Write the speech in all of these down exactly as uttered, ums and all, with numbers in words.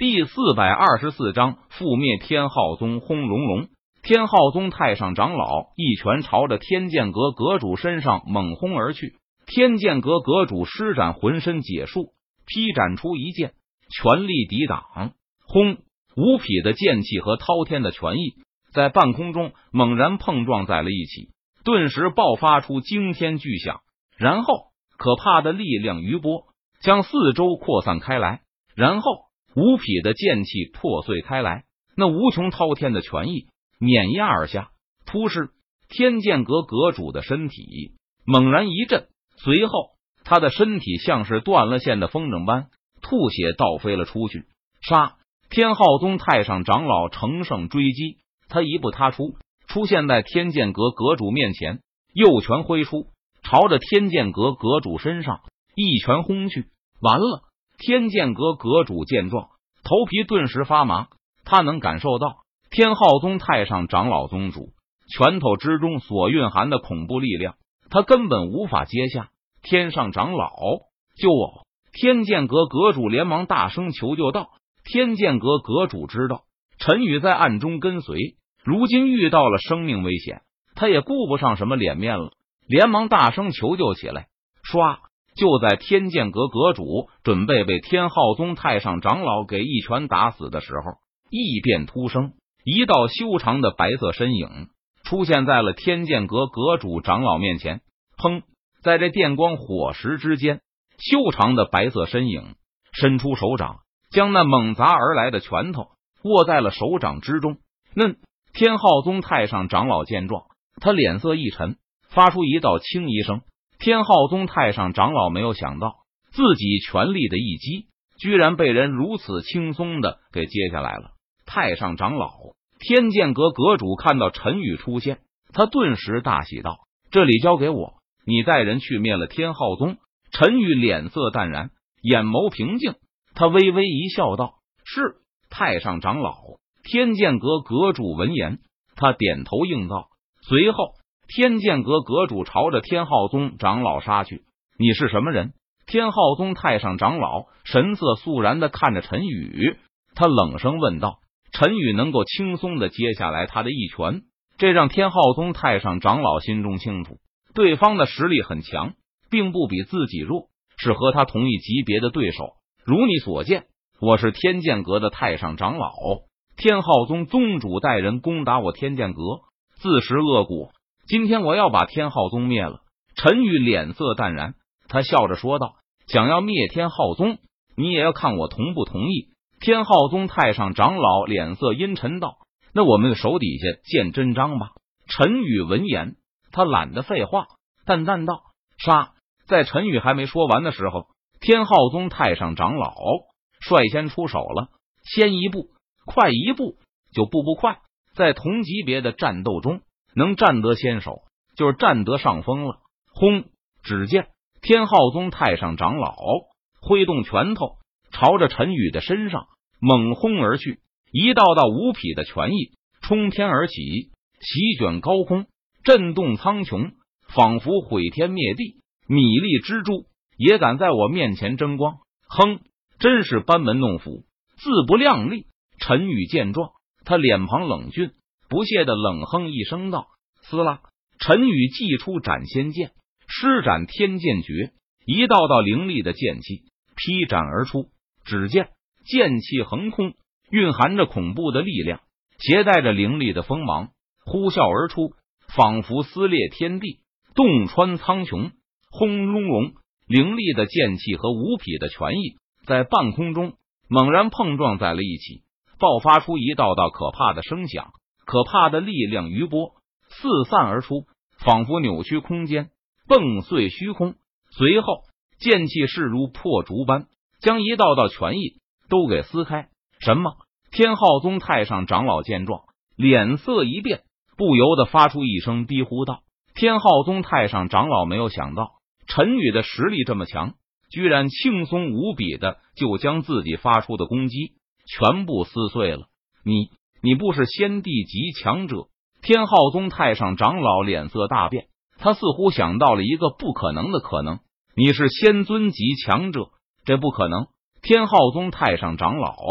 第四百二十四章覆灭天浩宗。轰隆隆，天浩宗太上长老一拳朝着天剑阁阁主身上猛轰而去。天剑阁阁主施展浑身解数，劈斩出一剑，全力抵挡。轰！无匹的剑气和滔天的拳意在半空中猛然碰撞在了一起，顿时爆发出惊天巨响，然后可怕的力量余波将四周扩散开来，然后无匹的剑气破碎开来，那无穷滔天的拳意碾压而下。突施，天剑阁阁主的身体猛然一震，随后他的身体像是断了线的风筝般吐血倒飞了出去。杀！天浩宗太上长老乘胜追击，他一步踏出，出现在天剑阁阁主面前，右拳挥出，朝着天剑阁阁主身上一拳轰去。完了！天剑阁阁主见状，头皮顿时发麻，他能感受到天浩宗太上长老宗主拳头之中所蕴含的恐怖力量，他根本无法接下。天上长老，救我！天剑阁阁主连忙大声求救道。天剑阁阁主知道陈宇在暗中跟随，如今遇到了生命危险，他也顾不上什么脸面了，连忙大声求救起来。唰！就在天剑阁阁主准备被天浩宗太上长老给一拳打死的时候，异变突生，一道修长的白色身影出现在了天剑阁阁主长老面前。砰！在这电光火石之间，修长的白色身影伸出手掌，将那猛砸而来的拳头握在了手掌之中。那天浩宗太上长老见状，他脸色一沉，发出一道轻一声。天浩宗太上长老没有想到，自己全力的一击居然被人如此轻松的给接下来了。太上长老，天剑阁阁主看到陈宇出现，他顿时大喜道：这里交给我，你带人去灭了天浩宗。陈宇脸色淡然，眼眸平静，他微微一笑道：是太上长老。天剑阁阁主闻言，他点头应道。随后天剑阁阁主朝着天浩宗长老杀去。你是什么人？天浩宗太上长老神色肃然的看着陈宇，他冷声问道。陈宇能够轻松的接下来他的一拳，这让天浩宗太上长老心中清楚，对方的实力很强，并不比自己弱，是和他同一级别的对手。如你所见，我是天剑阁的太上长老，天浩宗宗主带人攻打我天剑阁，自食恶果，今天我要把天浩宗灭了。陈宇脸色淡然，他笑着说道：想要灭天浩宗，你也要看我同不同意。天浩宗太上长老脸色阴沉道：那我们手底下见真章吧。陈宇闻言，他懒得废话，淡淡道：杀！在陈宇还没说完的时候，天浩宗太上长老率先出手了，先一步快一步就步步快，在同级别的战斗中能占得先手就是占得上风了。轰！只见天浩宗太上长老挥动拳头朝着陈宇的身上猛轰而去，一道道无匹的拳意冲天而起，席卷高空，震动苍穹，仿佛毁天灭地。米粒之珠也敢在我面前争光，哼，真是班门弄斧，自不量力。陈宇见状，他脸庞冷峻，不屑的冷哼一声道：撕拉！陈宇祭出斩仙剑，施展天剑诀，一道道凌厉的剑气劈斩而出。只见剑气横空，蕴含着恐怖的力量，携带着凌厉的锋芒，呼啸而出，仿佛撕裂天地，洞穿苍穹。轰隆隆，凌厉的剑气和无匹的拳意在半空中猛然碰撞在了一起，爆发出一道道可怕的声响，可怕的力量余波四散而出，仿佛扭曲空间，迸碎虚空。随后剑气势如破竹般将一道道拳意都给撕开。什么？天浩宗太上长老见状，脸色一变，不由得发出一声低呼道：天浩宗太上长老没有想到陈宇的实力这么强，居然轻松无比的就将自己发出的攻击全部撕碎了。你你不是先帝级强者？天浩宗太上长老脸色大变，他似乎想到了一个不可能的可能。你是仙尊级强者？这不可能！天浩宗太上长老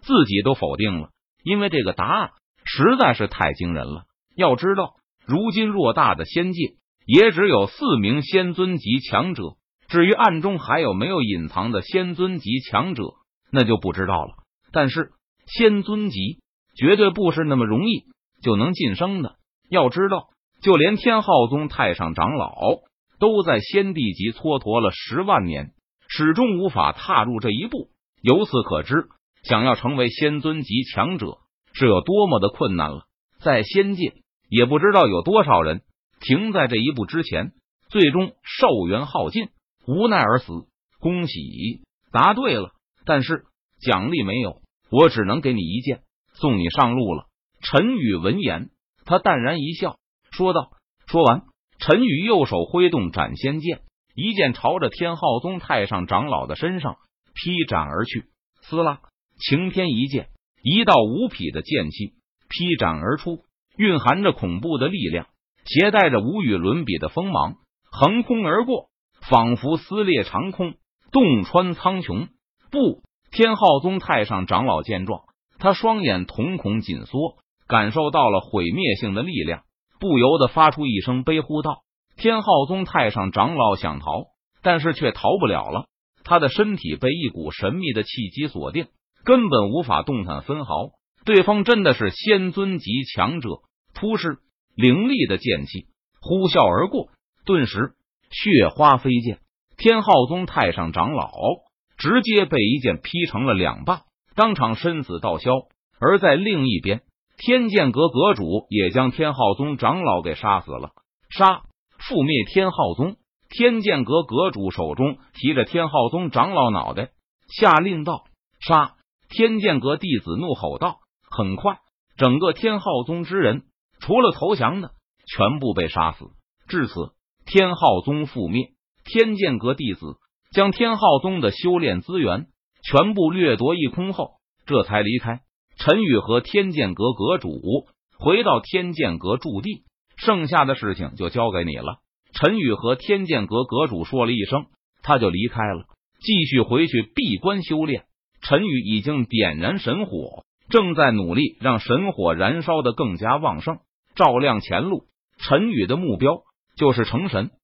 自己都否定了，因为这个答案实在是太惊人了。要知道，如今偌大的仙界也只有四名仙尊级强者，至于暗中还有没有隐藏的仙尊级强者，那就不知道了。但是仙尊级绝对不是那么容易就能晋升的。要知道，就连天浩宗太上长老都在仙帝级蹉跎了十万年，始终无法踏入这一步。由此可知，想要成为仙尊级强者是有多么的困难了。在仙界，也不知道有多少人停在这一步之前，最终寿元耗尽，无奈而死。恭喜，答对了，但是奖励没有，我只能给你一剑，送你上路了。陈宇闻言，他淡然一笑，说道。说完，陈宇右手挥动斩仙剑，一剑朝着天浩宗太上长老的身上劈斩而去。撕拉，晴天一剑，一道无匹的剑气劈斩而出，蕴含着恐怖的力量，携带着无与伦比的锋芒，横空而过，仿佛撕裂长空，洞穿苍穹。不，天浩宗太上长老见状，他双眼瞳孔紧缩，感受到了毁灭性的力量，不由得发出一声悲呼道：天浩宗太上长老想逃，但是却逃不了了。他的身体被一股神秘的气机锁定，根本无法动弹分毫。对方真的是仙尊级强者，突施凌厉的剑气呼啸而过，顿时血花飞溅，天浩宗太上长老直接被一剑劈成了两半，当场身死道消。而在另一边，天剑阁阁主也将天浩宗长老给杀死了。杀！覆灭天浩宗！天剑阁阁主手中提着天浩宗长老脑袋，下令道：杀！天剑阁弟子怒吼道。很快，整个天浩宗之人除了投降的全部被杀死。至此，天浩宗覆灭，天剑阁弟子将天浩宗的修炼资源全部掠夺一空后，这才离开。陈宇和天剑阁阁主回到天剑阁驻地，剩下的事情就交给你了。陈宇和天剑阁阁主说了一声，他就离开了，继续回去闭关修炼。陈宇已经点燃神火，正在努力让神火燃烧得更加旺盛，照亮前路。陈宇的目标就是成神。